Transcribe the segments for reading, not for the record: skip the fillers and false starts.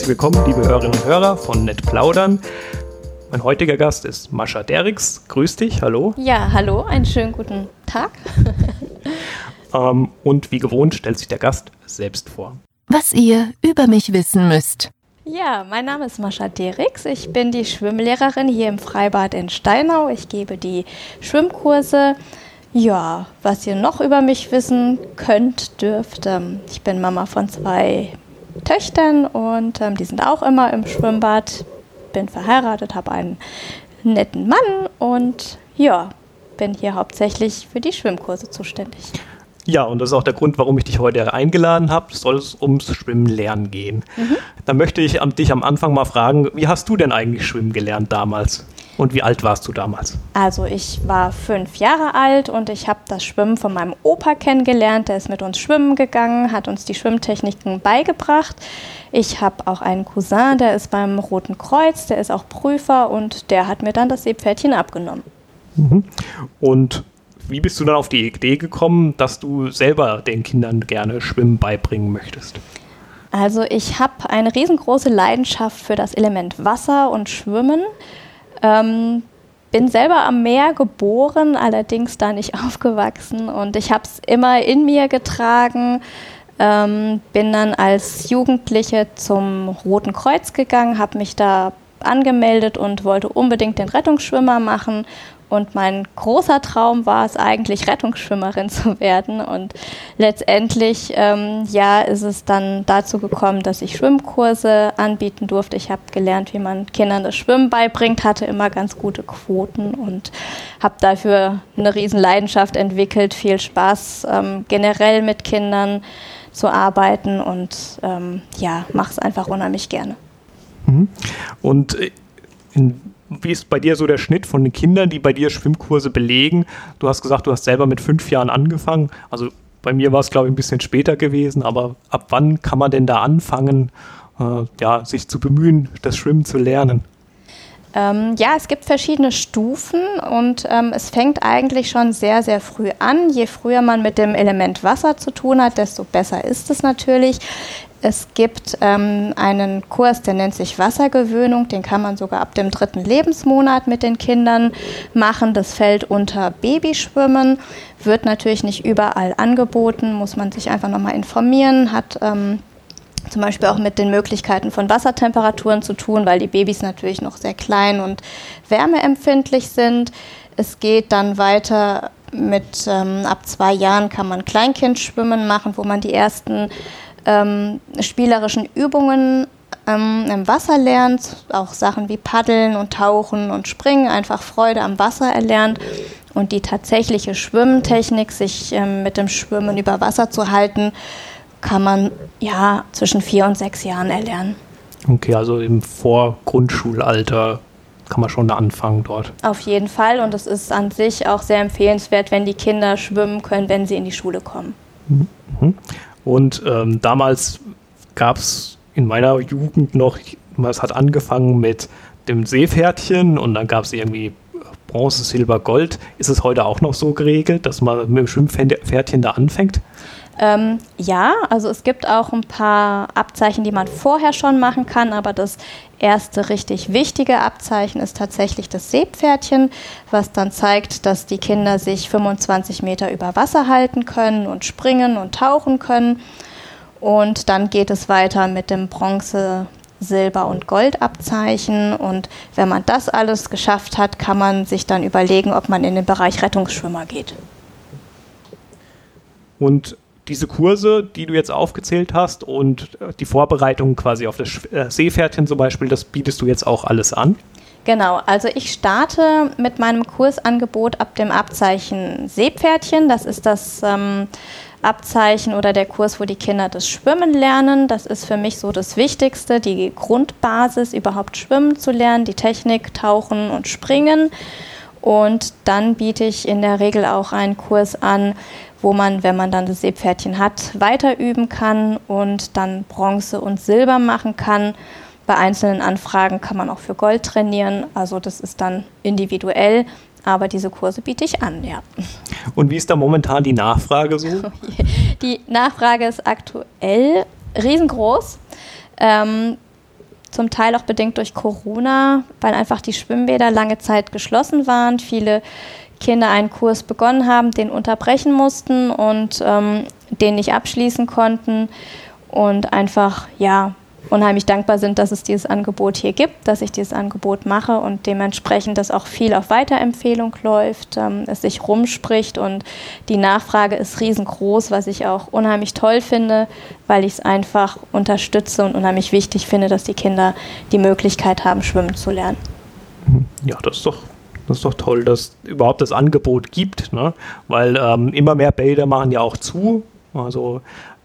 herzlich willkommen, liebe Hörerinnen und Hörer von Nett Plaudern. Mein heutiger Gast ist Mascha Derricks. Grüß dich, hallo. Ja, hallo, einen schönen guten Tag. Und wie gewohnt stellt sich der Gast selbst vor. Was ihr über mich wissen müsst. Ja, mein Name ist Mascha Derricks. Ich bin die Schwimmlehrerin hier im Freibad in Steinau. Ich gebe die Schwimmkurse. Ja, was ihr noch über mich wissen könnt, dürft. Ich bin Mama von 2 Töchtern und die sind auch immer im Schwimmbad. Bin verheiratet, habe einen netten Mann und ja, bin hier hauptsächlich für die Schwimmkurse zuständig. Ja, und das ist auch der Grund, warum ich dich heute eingeladen habe. Es soll ums Schwimmen lernen gehen. Dann möchte ich dich am Anfang mal fragen, wie hast du denn eigentlich schwimmen gelernt damals? Und wie alt warst du damals? Also ich war 5 Jahre alt und ich habe das Schwimmen von meinem Opa kennengelernt. Der ist mit uns schwimmen gegangen, hat uns die Schwimmtechniken beigebracht. Ich habe auch einen Cousin, der ist beim Roten Kreuz, der ist auch Prüfer und der hat mir dann das Seepferdchen abgenommen. Und wie bist du dann auf die Idee gekommen, dass du selber den Kindern gerne Schwimmen beibringen möchtest? Also ich habe eine riesengroße Leidenschaft für das Element Wasser und Schwimmen. Bin selber am Meer geboren, allerdings da nicht aufgewachsen und ich habe es immer in mir getragen. Bin dann als Jugendliche zum Roten Kreuz gegangen, habe mich da angemeldet und wollte unbedingt den Rettungsschwimmer machen. Und mein großer Traum war es eigentlich, Rettungsschwimmerin zu werden. Und letztendlich ist es dann dazu gekommen, dass ich Schwimmkurse anbieten durfte. Ich habe gelernt, wie man Kindern das Schwimmen beibringt, hatte immer ganz gute Quoten und habe dafür eine riesen Leidenschaft entwickelt. Viel Spaß generell mit Kindern zu arbeiten und mache es einfach unheimlich gerne. Und wie ist bei dir so der Schnitt von den Kindern, die bei dir Schwimmkurse belegen? Du hast gesagt, du hast selber mit 5 Jahren angefangen. Also bei mir war es, glaube ich, ein bisschen später gewesen. Aber ab wann kann man denn da anfangen, sich zu bemühen, das Schwimmen zu lernen? Es gibt verschiedene Stufen und es fängt eigentlich schon sehr, sehr früh an. Je früher man mit dem Element Wasser zu tun hat, desto besser ist es natürlich. Es gibt einen Kurs, der nennt sich Wassergewöhnung, den kann man sogar ab dem 3. Lebensmonat mit den Kindern machen. Das fällt unter Babyschwimmen, wird natürlich nicht überall angeboten, muss man sich einfach nochmal informieren, hat zum Beispiel auch mit den Möglichkeiten von Wassertemperaturen zu tun, weil die Babys natürlich noch sehr klein und wärmeempfindlich sind. Es geht dann weiter mit, ab 2 Jahren kann man Kleinkindschwimmen machen, wo man die ersten spielerischen Übungen im Wasser lernt, auch Sachen wie Paddeln und Tauchen und Springen, einfach Freude am Wasser erlernt und die tatsächliche Schwimmtechnik, sich mit dem Schwimmen über Wasser zu halten, kann man zwischen 4 und 6 Jahren erlernen. Okay, also im Vorgrundschulalter kann man schon anfangen dort. Auf jeden Fall und es ist an sich auch sehr empfehlenswert, wenn die Kinder schwimmen können, wenn sie in die Schule kommen. Und damals gab es in meiner Jugend noch, es hat angefangen mit dem Seepferdchen und dann gab es irgendwie Bronze, Silber, Gold. Ist es heute auch noch so geregelt, dass man mit dem Schwimmpferdchen da anfängt? Also es gibt auch ein paar Abzeichen, die man vorher schon machen kann, aber das erste richtig wichtige Abzeichen ist tatsächlich das Seepferdchen, was dann zeigt, dass die Kinder sich 25 Meter über Wasser halten können und springen und tauchen können. Und dann geht es weiter mit dem Bronze, Silber- und Goldabzeichen. Und wenn man das alles geschafft hat, kann man sich dann überlegen, ob man in den Bereich Rettungsschwimmer geht. Und diese Kurse, die du jetzt aufgezählt hast und die Vorbereitung quasi auf das Seepferdchen zum Beispiel, das bietest du jetzt auch alles an? Genau, also ich starte mit meinem Kursangebot ab dem Abzeichen Seepferdchen. Das ist das Abzeichen oder der Kurs, wo die Kinder das Schwimmen lernen. Das ist für mich so das Wichtigste, die Grundbasis, überhaupt schwimmen zu lernen, die Technik, Tauchen und Springen. Und dann biete ich in der Regel auch einen Kurs an, wo man, wenn man dann das Seepferdchen hat, weiter üben kann und dann Bronze und Silber machen kann. Bei einzelnen Anfragen kann man auch für Gold trainieren, also das ist dann individuell, aber diese Kurse biete ich an, ja. Und wie ist da momentan die Nachfrage so? Die Nachfrage ist aktuell riesengroß. zum Teil auch bedingt durch Corona, weil einfach die Schwimmbäder lange Zeit geschlossen waren. Viele Kinder einen Kurs begonnen haben, den unterbrechen mussten und den nicht abschließen konnten und einfach, unheimlich dankbar sind, dass es dieses Angebot hier gibt, dass ich dieses Angebot mache und dementsprechend, dass auch viel auf Weiterempfehlung läuft, es sich rumspricht und die Nachfrage ist riesengroß, was ich auch unheimlich toll finde, weil ich es einfach unterstütze und unheimlich wichtig finde, dass die Kinder die Möglichkeit haben, schwimmen zu lernen. Ja, das ist doch toll, dass überhaupt das Angebot gibt, ne? Weil immer mehr Bäder machen ja auch zu. Also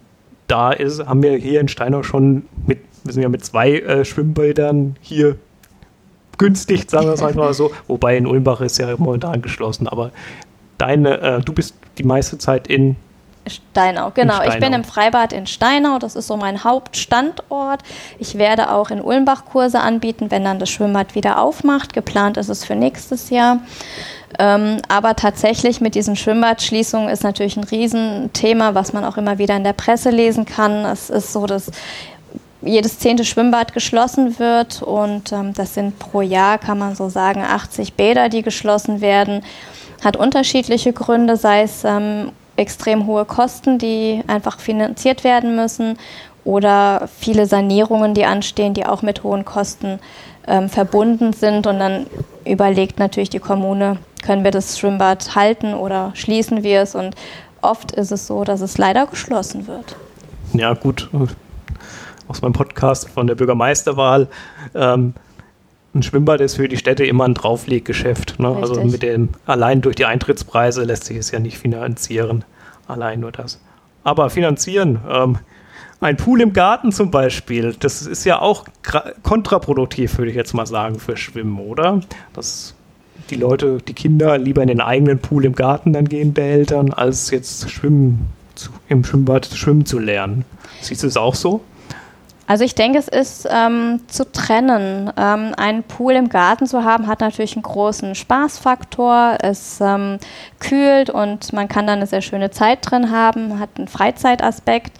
haben wir hier in Steinau schon wir sind ja mit 2 Schwimmbädern hier günstig, sagen wir es einfach so. Wobei in Ulmbach ist ja momentan geschlossen. Aber du bist die meiste Zeit in Steinau, genau. Ich bin im Freibad in Steinau, das ist so mein Hauptstandort. Ich werde auch in Ulmbach Kurse anbieten, wenn dann das Schwimmbad wieder aufmacht. Geplant ist es für nächstes Jahr. Aber tatsächlich mit diesen Schwimmbadschließungen ist natürlich ein Riesenthema, was man auch immer wieder in der Presse lesen kann. Es ist so, dass jedes 10. Schwimmbad geschlossen wird und das sind pro Jahr, kann man so sagen, 80 Bäder, die geschlossen werden. Hat unterschiedliche Gründe, sei es extrem hohe Kosten, die einfach finanziert werden müssen oder viele Sanierungen, die anstehen, die auch mit hohen Kosten verbunden sind. Und dann überlegt natürlich die Kommune, können wir das Schwimmbad halten oder schließen wir es? Und oft ist es so, dass es leider geschlossen wird. Ja, gut. Aus meinem Podcast von der Bürgermeisterwahl. Ein Schwimmbad ist für die Städte immer ein Draufleggeschäft. Ne? Also allein durch die Eintrittspreise lässt sich es ja nicht finanzieren. Allein nur das. Aber finanzieren, ein Pool im Garten zum Beispiel, das ist ja auch kontraproduktiv, würde ich jetzt mal sagen, für Schwimmen, oder? Dass die Kinder lieber in den eigenen Pool im Garten dann gehen, der Eltern, als jetzt im Schwimmbad schwimmen zu lernen. Siehst du es auch so? Also ich denke, es ist zu trennen. Einen Pool im Garten zu haben, hat natürlich einen großen Spaßfaktor. Es kühlt und man kann dann eine sehr schöne Zeit drin haben, hat einen Freizeitaspekt.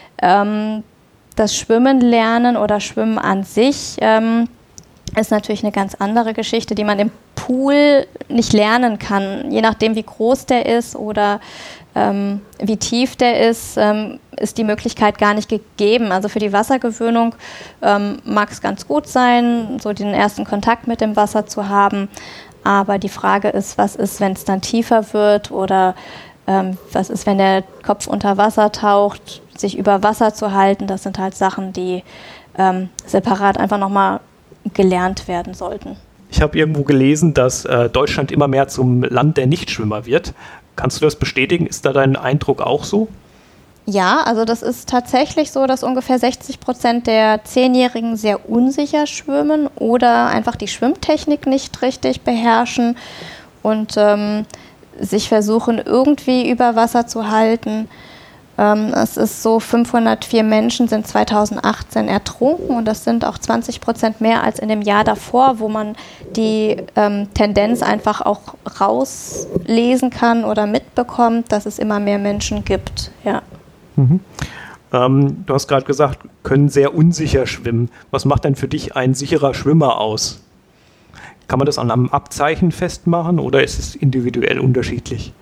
Das Schwimmen lernen oder Schwimmen an sich ist natürlich eine ganz andere Geschichte, die man im Pool nicht lernen kann. Je nachdem, wie groß der ist oder wie tief der ist die Möglichkeit gar nicht gegeben. Also für die Wassergewöhnung mag es ganz gut sein, so den ersten Kontakt mit dem Wasser zu haben. Aber die Frage ist, was ist, wenn es dann tiefer wird oder was ist, wenn der Kopf unter Wasser taucht, sich über Wasser zu halten. Das sind halt Sachen, die separat einfach nochmal gelernt werden sollten. Ich habe irgendwo gelesen, dass Deutschland immer mehr zum Land der Nichtschwimmer wird. Kannst du das bestätigen? Ist da dein Eindruck auch so? Ja, also das ist tatsächlich so, dass ungefähr 60% der 10-Jährigen sehr unsicher schwimmen oder einfach die Schwimmtechnik nicht richtig beherrschen und sich versuchen, irgendwie über Wasser zu halten. Es ist so, 504 Menschen sind 2018 ertrunken und das sind auch 20% mehr als in dem Jahr davor, wo man die Tendenz einfach auch rauslesen kann oder mitbekommt, dass es immer mehr Menschen gibt. Ja. Mhm. Du hast gerade gesagt, können sehr unsicher schwimmen. Was macht denn für dich ein sicherer Schwimmer aus? Kann man das an einem Abzeichen festmachen oder ist es individuell unterschiedlich?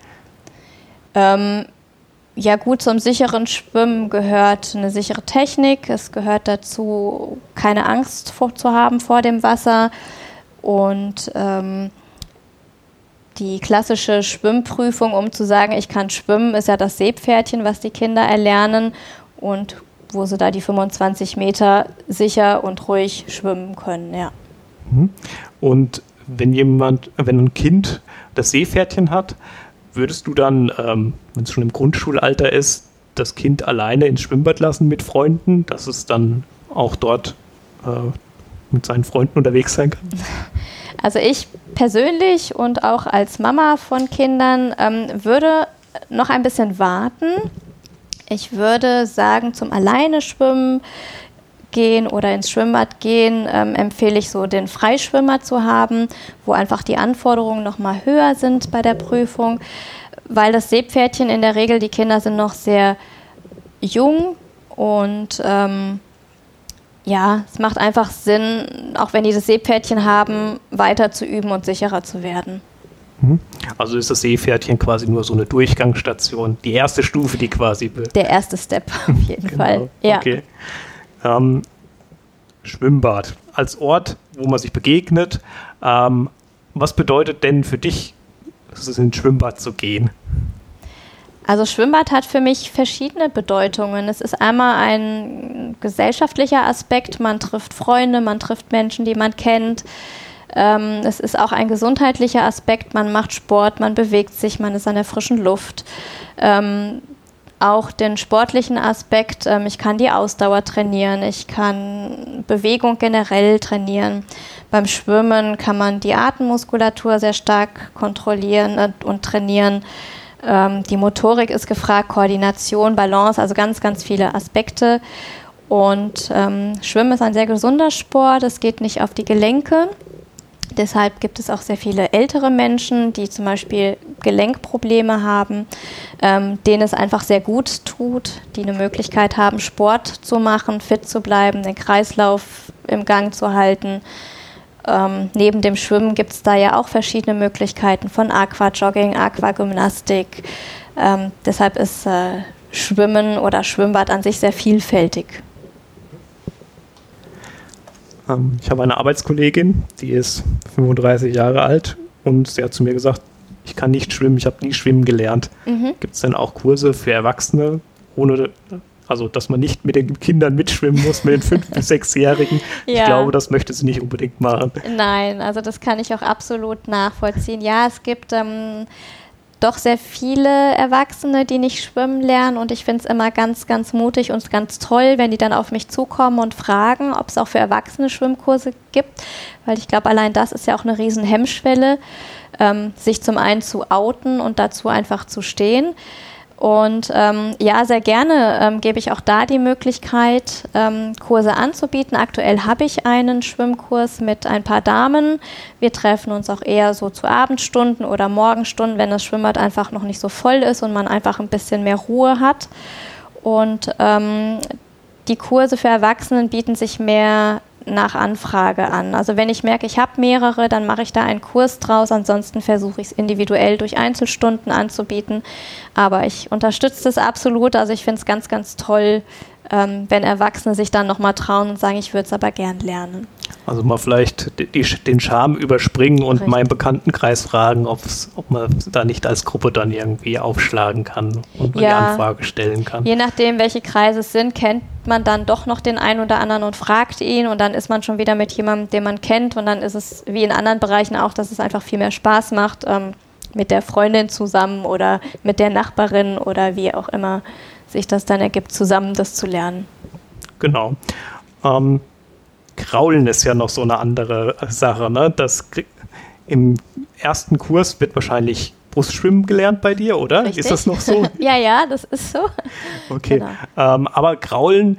Ja gut, zum sicheren Schwimmen gehört eine sichere Technik. Es gehört dazu, keine Angst zu haben vor dem Wasser. Und die klassische Schwimmprüfung, um zu sagen, ich kann schwimmen, ist ja das Seepferdchen, was die Kinder erlernen und wo sie da die 25 Meter sicher und ruhig schwimmen können, ja. Und wenn ein Kind das Seepferdchen hat, würdest du dann, wenn es schon im Grundschulalter ist, das Kind alleine ins Schwimmbad lassen mit Freunden, dass es dann auch dort mit seinen Freunden unterwegs sein kann? Also ich persönlich und auch als Mama von Kindern würde noch ein bisschen warten. Ich würde sagen, zum alleine schwimmen gehen oder ins Schwimmbad gehen, empfehle ich so, den Freischwimmer zu haben, wo einfach die Anforderungen noch mal höher sind bei der Prüfung, weil das Seepferdchen in der Regel, die Kinder sind noch sehr jung und Ja, es macht einfach Sinn, auch wenn die das Seepferdchen haben, weiter zu üben und sicherer zu werden. Also ist das Seepferdchen quasi nur so eine Durchgangsstation, die erste Stufe, die quasi... Der erste Step auf jeden Fall. Ja. Okay. Schwimmbad als Ort, wo man sich begegnet. Was bedeutet denn für dich, es ist ins Schwimmbad zu gehen? Also Schwimmbad hat für mich verschiedene Bedeutungen. Es ist einmal ein gesellschaftlicher Aspekt, man trifft Freunde, man trifft Menschen, die man kennt. Es ist auch ein gesundheitlicher Aspekt, man macht Sport, man bewegt sich, man ist an der frischen Luft. Auch den sportlichen Aspekt, ich kann die Ausdauer trainieren, ich kann Bewegung generell trainieren. Beim Schwimmen kann man die Atemmuskulatur sehr stark kontrollieren und trainieren. Die Motorik ist gefragt, Koordination, Balance, also ganz, ganz viele Aspekte. Und Schwimmen ist ein sehr gesunder Sport, es geht nicht auf die Gelenke. Deshalb gibt es auch sehr viele ältere Menschen, die zum Beispiel Gelenkprobleme haben, denen es einfach sehr gut tut, die eine Möglichkeit haben, Sport zu machen, fit zu bleiben, den Kreislauf im Gang zu halten. Neben dem Schwimmen gibt es da ja auch verschiedene Möglichkeiten von Aquajogging, Aquagymnastik. Deshalb ist Schwimmen oder Schwimmbad an sich sehr vielfältig. Ich habe eine Arbeitskollegin, die ist 35 Jahre alt und sie hat zu mir gesagt, ich kann nicht schwimmen, ich habe nie schwimmen gelernt. Gibt es denn auch Kurse für Erwachsene, also dass man nicht mit den Kindern mitschwimmen muss, mit den 5- bis 6-Jährigen? Ja. Ich glaube, das möchte sie nicht unbedingt machen. Nein, also das kann ich auch absolut nachvollziehen. Ja, es gibt doch sehr viele Erwachsene, die nicht schwimmen lernen und ich finde es immer ganz, ganz mutig und ganz toll, wenn die dann auf mich zukommen und fragen, ob es auch für Erwachsene Schwimmkurse gibt, weil ich glaube, allein das ist ja auch eine riesen Hemmschwelle, sich zum einen zu outen und dazu einfach zu stehen. Und ja, sehr gerne gebe ich auch da die Möglichkeit, Kurse anzubieten. Aktuell habe ich einen Schwimmkurs mit ein paar Damen. Wir treffen uns auch eher so zu Abendstunden oder Morgenstunden, wenn das Schwimmbad einfach noch nicht so voll ist und man einfach ein bisschen mehr Ruhe hat. Und die Kurse für Erwachsenen bieten sich mehr nach Anfrage an. Also wenn ich merke, ich habe mehrere, dann mache ich da einen Kurs draus. Ansonsten versuche ich es individuell durch Einzelstunden anzubieten. Aber ich unterstütze das absolut. Also ich finde es ganz, ganz toll, wenn Erwachsene sich dann nochmal trauen und sagen, ich würde es aber gern lernen. Also mal vielleicht den Charme überspringen und meinen Bekanntenkreis fragen, ob man da nicht als Gruppe dann irgendwie aufschlagen kann und die Anfrage stellen kann. Je nachdem, welche Kreise es sind, kennt man dann doch noch den einen oder anderen und fragt ihn und dann ist man schon wieder mit jemandem, den man kennt und dann ist es wie in anderen Bereichen auch, dass es einfach viel mehr Spaß macht, mit der Freundin zusammen oder mit der Nachbarin oder wie auch immer sich das dann ergibt, zusammen das zu lernen. Genau. Kraulen ist ja noch so eine andere Sache, ne? Im ersten Kurs wird wahrscheinlich Brustschwimmen gelernt bei dir, oder? Richtig. Ist das noch so? Ja, das ist so. Okay. Genau. Aber Kraulen,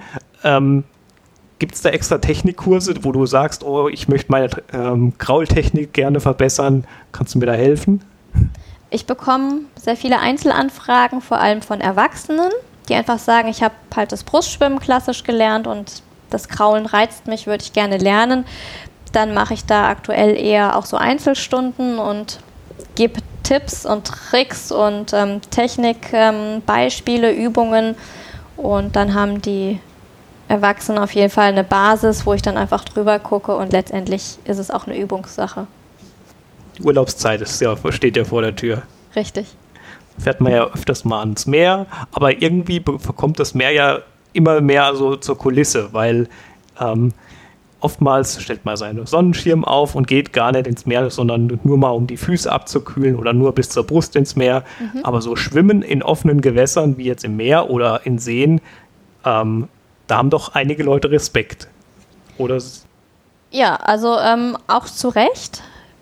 gibt es da extra Technikkurse, wo du sagst, oh, ich möchte meine Kraultechnik gerne verbessern, kannst du mir da helfen? Ich bekomme sehr viele Einzelanfragen, vor allem von Erwachsenen, die einfach sagen, ich habe halt das Brustschwimmen klassisch gelernt und das Kraulen reizt mich, würde ich gerne lernen. Dann mache ich da aktuell eher auch so Einzelstunden und gebe Tipps und Tricks und Technikbeispiele, Übungen. Und dann haben die Erwachsenen auf jeden Fall eine Basis, wo ich dann einfach drüber gucke und letztendlich ist es auch eine Übungssache. Die Urlaubszeit steht ja vor der Tür. Richtig. Fährt man ja öfters mal ans Meer, aber irgendwie bekommt das Meer ja immer mehr so zur Kulisse, weil oftmals stellt man seinen Sonnenschirm auf und geht gar nicht ins Meer, sondern nur mal um die Füße abzukühlen oder nur bis zur Brust ins Meer. Aber so Schwimmen in offenen Gewässern, wie jetzt im Meer oder in Seen, da haben doch einige Leute Respekt. Oder? Ja, also auch zu Recht.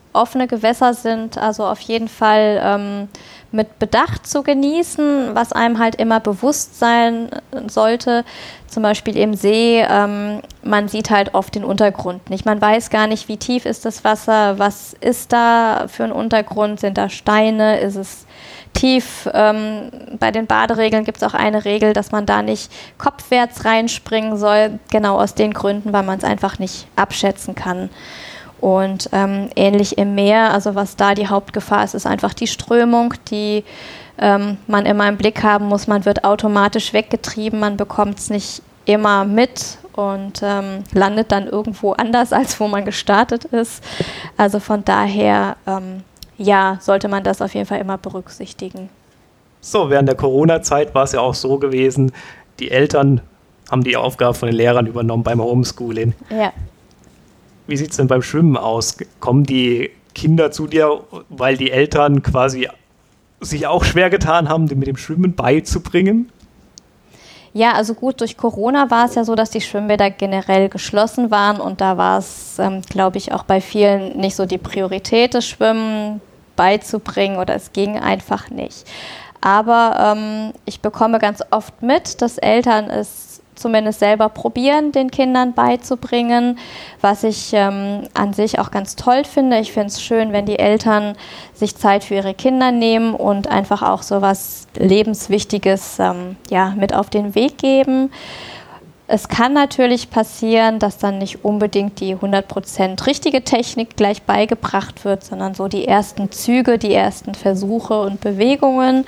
offene Gewässer sind, also auf jeden Fall mit Bedacht zu genießen, was einem halt immer bewusst sein sollte. Zum Beispiel im See, man sieht halt oft den Untergrund nicht. Man weiß gar nicht, wie tief ist das Wasser, was ist da für ein Untergrund, sind da Steine, ist es tief. Bei den Baderegeln gibt es auch eine Regel, dass man da nicht kopfwärts reinspringen soll, genau aus den Gründen, weil man es einfach nicht abschätzen kann. Und ähnlich im Meer, also was da die Hauptgefahr ist, ist einfach die Strömung, die man immer im Blick haben muss. Man wird automatisch weggetrieben, man bekommt es nicht immer mit und landet dann irgendwo anders, als wo man gestartet ist. Also von daher, sollte man das auf jeden Fall immer berücksichtigen. So, während der Corona-Zeit war es ja auch so gewesen, die Eltern haben die Aufgabe von den Lehrern übernommen beim Homeschooling. Ja. Wie sieht es denn beim Schwimmen aus? Kommen die Kinder zu dir, weil die Eltern quasi sich auch schwer getan haben, mit dem Schwimmen beizubringen? Ja, also gut, durch Corona war es ja so, dass die Schwimmbäder generell geschlossen waren und da war es, glaube ich, auch bei vielen nicht so die Priorität, das Schwimmen beizubringen oder es ging einfach nicht. Aber ich bekomme ganz oft mit, dass Eltern es zumindest selber probieren, den Kindern beizubringen, was ich an sich auch ganz toll finde. Ich finde es schön, wenn die Eltern sich Zeit für ihre Kinder nehmen und einfach auch so was Lebenswichtiges mit auf den Weg geben. Es kann natürlich passieren, dass dann nicht unbedingt die 100% richtige Technik gleich beigebracht wird, sondern so die ersten Züge, die ersten Versuche und Bewegungen.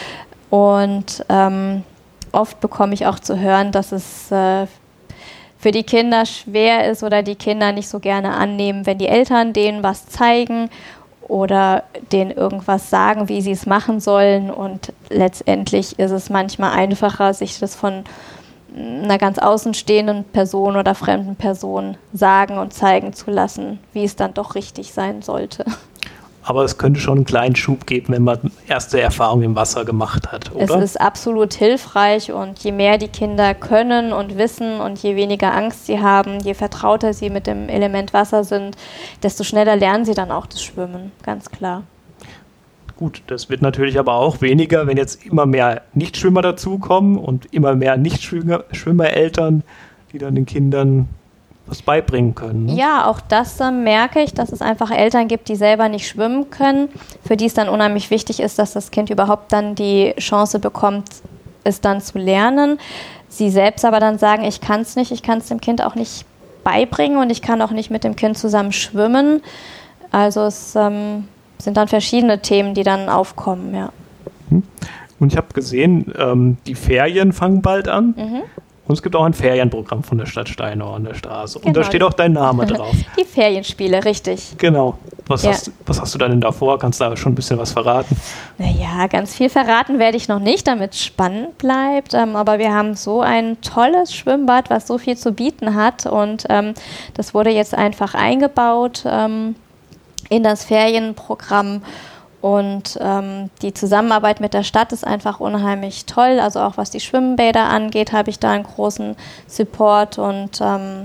Und oft bekomme ich auch zu hören, dass es für die Kinder schwer ist oder die Kinder nicht so gerne annehmen, wenn die Eltern denen was zeigen oder denen irgendwas sagen, wie sie es machen sollen. Und letztendlich ist es manchmal einfacher, sich das von einer ganz außenstehenden Person oder fremden Person sagen und zeigen zu lassen, wie es dann doch richtig sein sollte. Aber es könnte schon einen kleinen Schub geben, wenn man erste Erfahrungen im Wasser gemacht hat, oder? Es ist absolut hilfreich und je mehr die Kinder können und wissen und je weniger Angst sie haben, je vertrauter sie mit dem Element Wasser sind, desto schneller lernen sie dann auch das Schwimmen, ganz klar. Gut, das wird natürlich aber auch weniger, wenn jetzt immer mehr Nichtschwimmer dazukommen und immer mehr Nichtschwimmereltern, die dann den Kindern was beibringen können. Ne? Ja, auch das merke ich, dass es einfach Eltern gibt, die selber nicht schwimmen können, für die es dann unheimlich wichtig ist, dass das Kind überhaupt dann die Chance bekommt, es dann zu lernen. Sie selbst aber dann sagen, ich kann es nicht, ich kann es dem Kind auch nicht beibringen und ich kann auch nicht mit dem Kind zusammen schwimmen. Also es sind dann verschiedene Themen, die dann aufkommen, ja. Und ich habe gesehen, die Ferien fangen bald an. Und es gibt auch ein Ferienprogramm von der Stadt Steinau an der Straße. Genau. Und da steht auch dein Name drauf. Die Ferienspiele, richtig. Genau. Was hast du da denn davor? Kannst du da schon ein bisschen was verraten? Naja, ganz viel verraten werde ich noch nicht, damit es spannend bleibt. Aber wir haben so ein tolles Schwimmbad, was so viel zu bieten hat. Und das wurde jetzt einfach eingebaut in das Ferienprogramm. Und die Zusammenarbeit mit der Stadt ist einfach unheimlich toll. Also auch was die Schwimmbäder angeht, habe ich da einen großen Support. Und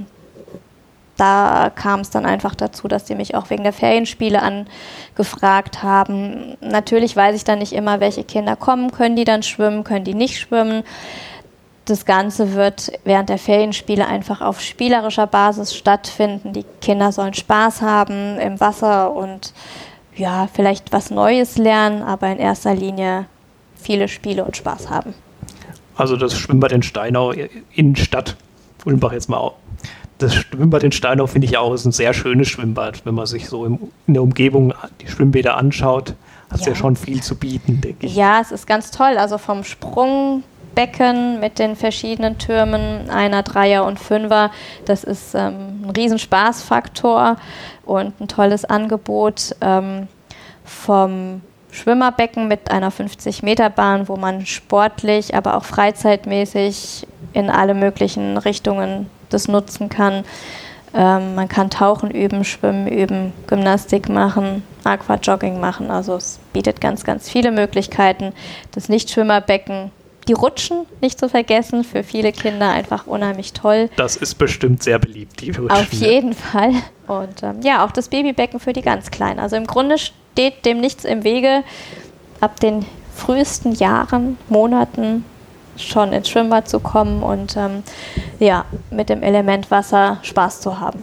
da kam es dann einfach dazu, dass die mich auch wegen der Ferienspiele angefragt haben. Natürlich weiß ich dann nicht immer, welche Kinder kommen. Können die dann schwimmen, können die nicht schwimmen? Das Ganze wird während der Ferienspiele einfach auf spielerischer Basis stattfinden. Die Kinder sollen Spaß haben im Wasser und ja, vielleicht was Neues lernen, aber in erster Linie viele Spiele und Spaß haben. Also das Schwimmbad in Steinau, Innenstadt, Ulmbach jetzt mal auch. Das Schwimmbad in Steinau finde ich auch ist ein sehr schönes Schwimmbad. Wenn man sich so in der Umgebung die Schwimmbäder anschaut, hat es ja schon viel zu bieten, denke ich. Ja, es ist ganz toll. Also vom Sprungbecken mit den verschiedenen Türmen, Einer, Dreier und Fünfer, das ist ein Riesenspaßfaktor und ein tolles Angebot. Vom Schwimmerbecken mit einer 50-Meter-Bahn, wo man sportlich, aber auch freizeitmäßig in alle möglichen Richtungen das nutzen kann. Man kann Tauchen üben, Schwimmen üben, Gymnastik machen, Aquajogging machen. Also es bietet ganz, ganz viele Möglichkeiten. Das Nichtschwimmerbecken, Die Rutschen nicht zu vergessen, für viele Kinder einfach unheimlich toll. Das ist bestimmt sehr beliebt, die Rutschen. Auf jeden Fall. Und auch das Babybecken für die ganz Kleinen. Also im Grunde steht dem nichts im Wege, ab den frühesten Jahren, Monaten schon ins Schwimmbad zu kommen und mit dem Element Wasser Spaß zu haben.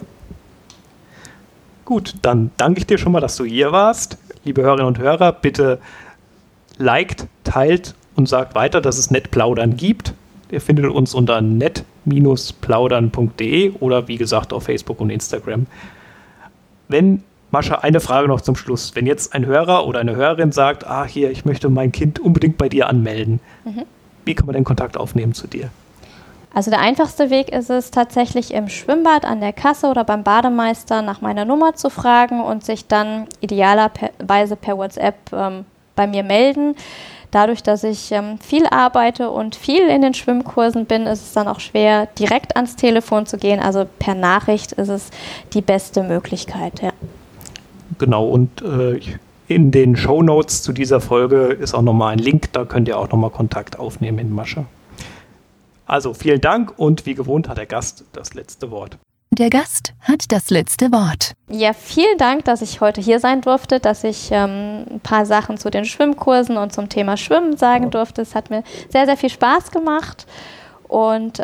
Gut, dann danke ich dir schon mal, dass du hier warst. Liebe Hörerinnen und Hörer, bitte liked, teilt und sagt weiter, dass es Nettplaudern gibt. Ihr findet uns unter net-plaudern.de oder wie gesagt auf Facebook und Instagram. Mascha, eine Frage noch zum Schluss. Wenn jetzt ein Hörer oder eine Hörerin sagt, ich möchte mein Kind unbedingt bei dir anmelden, wie kann man denn Kontakt aufnehmen zu dir? Also der einfachste Weg ist es tatsächlich im Schwimmbad an der Kasse oder beim Bademeister nach meiner Nummer zu fragen und sich dann idealerweise per WhatsApp bei mir melden. Dadurch, dass ich viel arbeite und viel in den Schwimmkursen bin, ist es dann auch schwer, direkt ans Telefon zu gehen. Also per Nachricht ist es die beste Möglichkeit. Ja. Genau, und in den Shownotes zu dieser Folge ist auch nochmal ein Link, da könnt ihr auch nochmal Kontakt aufnehmen mit Mascha. Also vielen Dank und wie gewohnt hat der Gast das letzte Wort. Der Gast hat das letzte Wort. Ja, vielen Dank, dass ich heute hier sein durfte, dass ich ein paar Sachen zu den Schwimmkursen und zum Thema Schwimmen sagen durfte. Es hat mir sehr, sehr viel Spaß gemacht und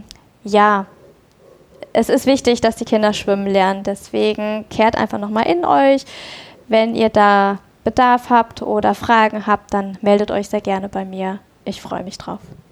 es ist wichtig, dass die Kinder schwimmen lernen. Deswegen kehrt einfach nochmal in euch. Wenn ihr da Bedarf habt oder Fragen habt, dann meldet euch sehr gerne bei mir. Ich freue mich drauf.